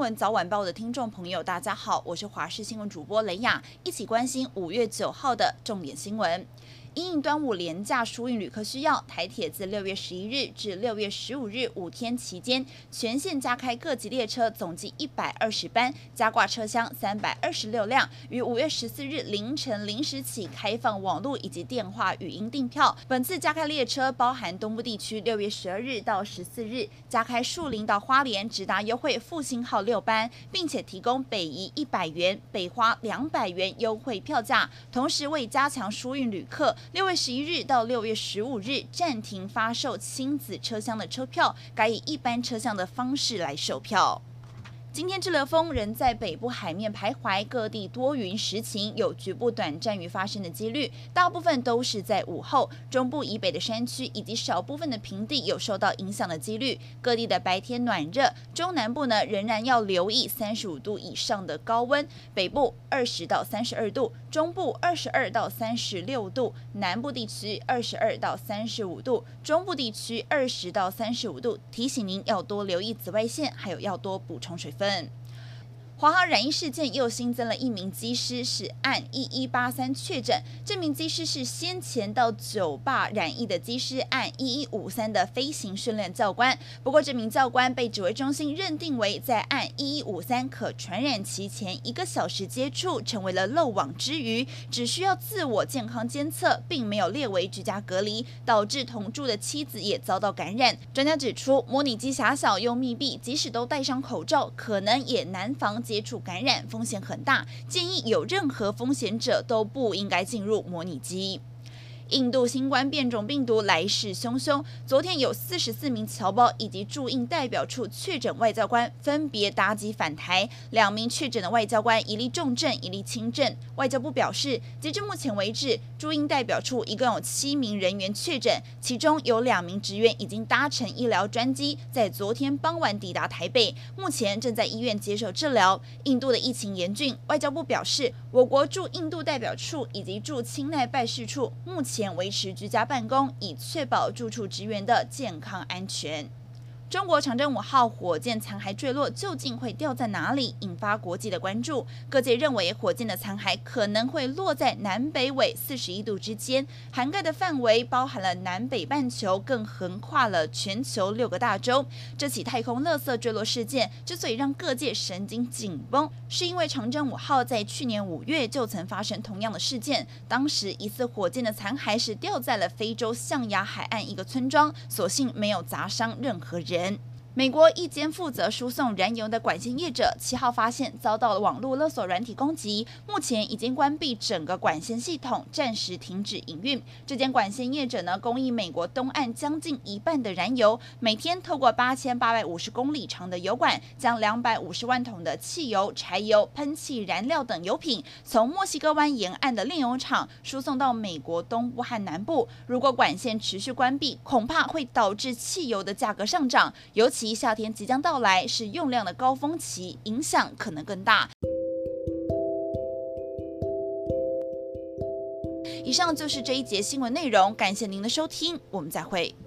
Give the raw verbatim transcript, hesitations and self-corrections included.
闻早晚报的听众朋友，大家好，我是华视新闻主播雷雅，一起关心五月九号的重点新闻。因应端午连假疏运旅客需要，台铁自六月十一日至六月十五日五天期间，全线加开各级列车总计一百二十班，加挂车厢三百二十六辆，于五月十四日凌晨零时起开放网络以及电话语音订票。本次加开列车包含东部地区六月十二日到十四日加开树林到花莲直达优惠复兴号六班，并且提供北宜一百元、北花两百元优惠票价，同时为加强疏运旅客。六月十一日到六月十五日暂停发售亲子车厢的车票，改以一般车厢的方式来售票。今天滞留锋仍在北部海面徘徊，各地多云时晴，有局部短暂雨发生的几率，大部分都是在午后。中部以北的山区以及少部分的平地有受到影响的几率。各地的白天暖热，中南部呢仍然要留意三十五度以上的高温，北部二十到三十二度，中部二十二到三十六度，南部地区二十二到三十五度，中部地区二十到三十五度。提醒您要多留意紫外线，还有要多补充水分。华航染疫事件又新增了一名机师，是案一一八三确诊。这名机师是先前到酒吧染疫的机师案一一五三的飞行训练教官。不过，这名教官被指挥中心认定为在案一一五三可传染期前一个小时接触，成为了漏网之鱼，只需要自我健康监测，并没有列为居家隔离，导致同住的妻子也遭到感染。专家指出，模拟机狭小又密闭，即使都戴上口罩，可能也难防接触感染，风险很大，建议有任何风险者都不应该进入模拟机。印度新冠变种病毒来势汹汹，昨天有四十四名侨胞以及驻印代表处确诊外交官分别搭机返台，两名确诊的外交官一例重症，一例轻症。外交部表示，截至目前为止，驻印代表处一共有七名人员确诊，其中有两名职员已经搭乘医疗专机，在昨天傍晚抵达台北，目前正在医院接受治疗。印度的疫情严峻，外交部表示，我国驻印度代表处以及驻钦奈办事处目前维持居家办公，以确保住处职员的健康安全。中国长征五号火箭残骸坠落，究竟会掉在哪里，引发国际的关注。各界认为，火箭的残骸可能会落在南北纬四十一度之间，涵盖的范围包含了南北半球，更横跨了全球六个大洲。这起太空垃圾坠落事件之所以让各界神经紧绷，是因为长征五号在去年五月就曾发生同样的事件，当时疑似火箭的残骸是掉在了非洲象牙海岸一个村庄，所幸没有砸伤任何人。美国一间负责输送燃油的管线业者七号发现遭到了网络勒索软体攻击，目前已经关闭整个管线系统，暂时停止营运。这间管线业者呢，供应美国东岸将近一半的燃油，每天透过八千八百五十公里长的油管，将两百五十万桶的汽油、柴油、喷气燃料等油品，从墨西哥湾沿岸的炼油厂输送到美国东部和南部。如果管线持续关闭，恐怕会导致汽油的价格上涨，尤其其夏天即将到来，是用量的高峰期，影响可能更大。以上就是这一节新闻内容，感谢您的收听，我们再会。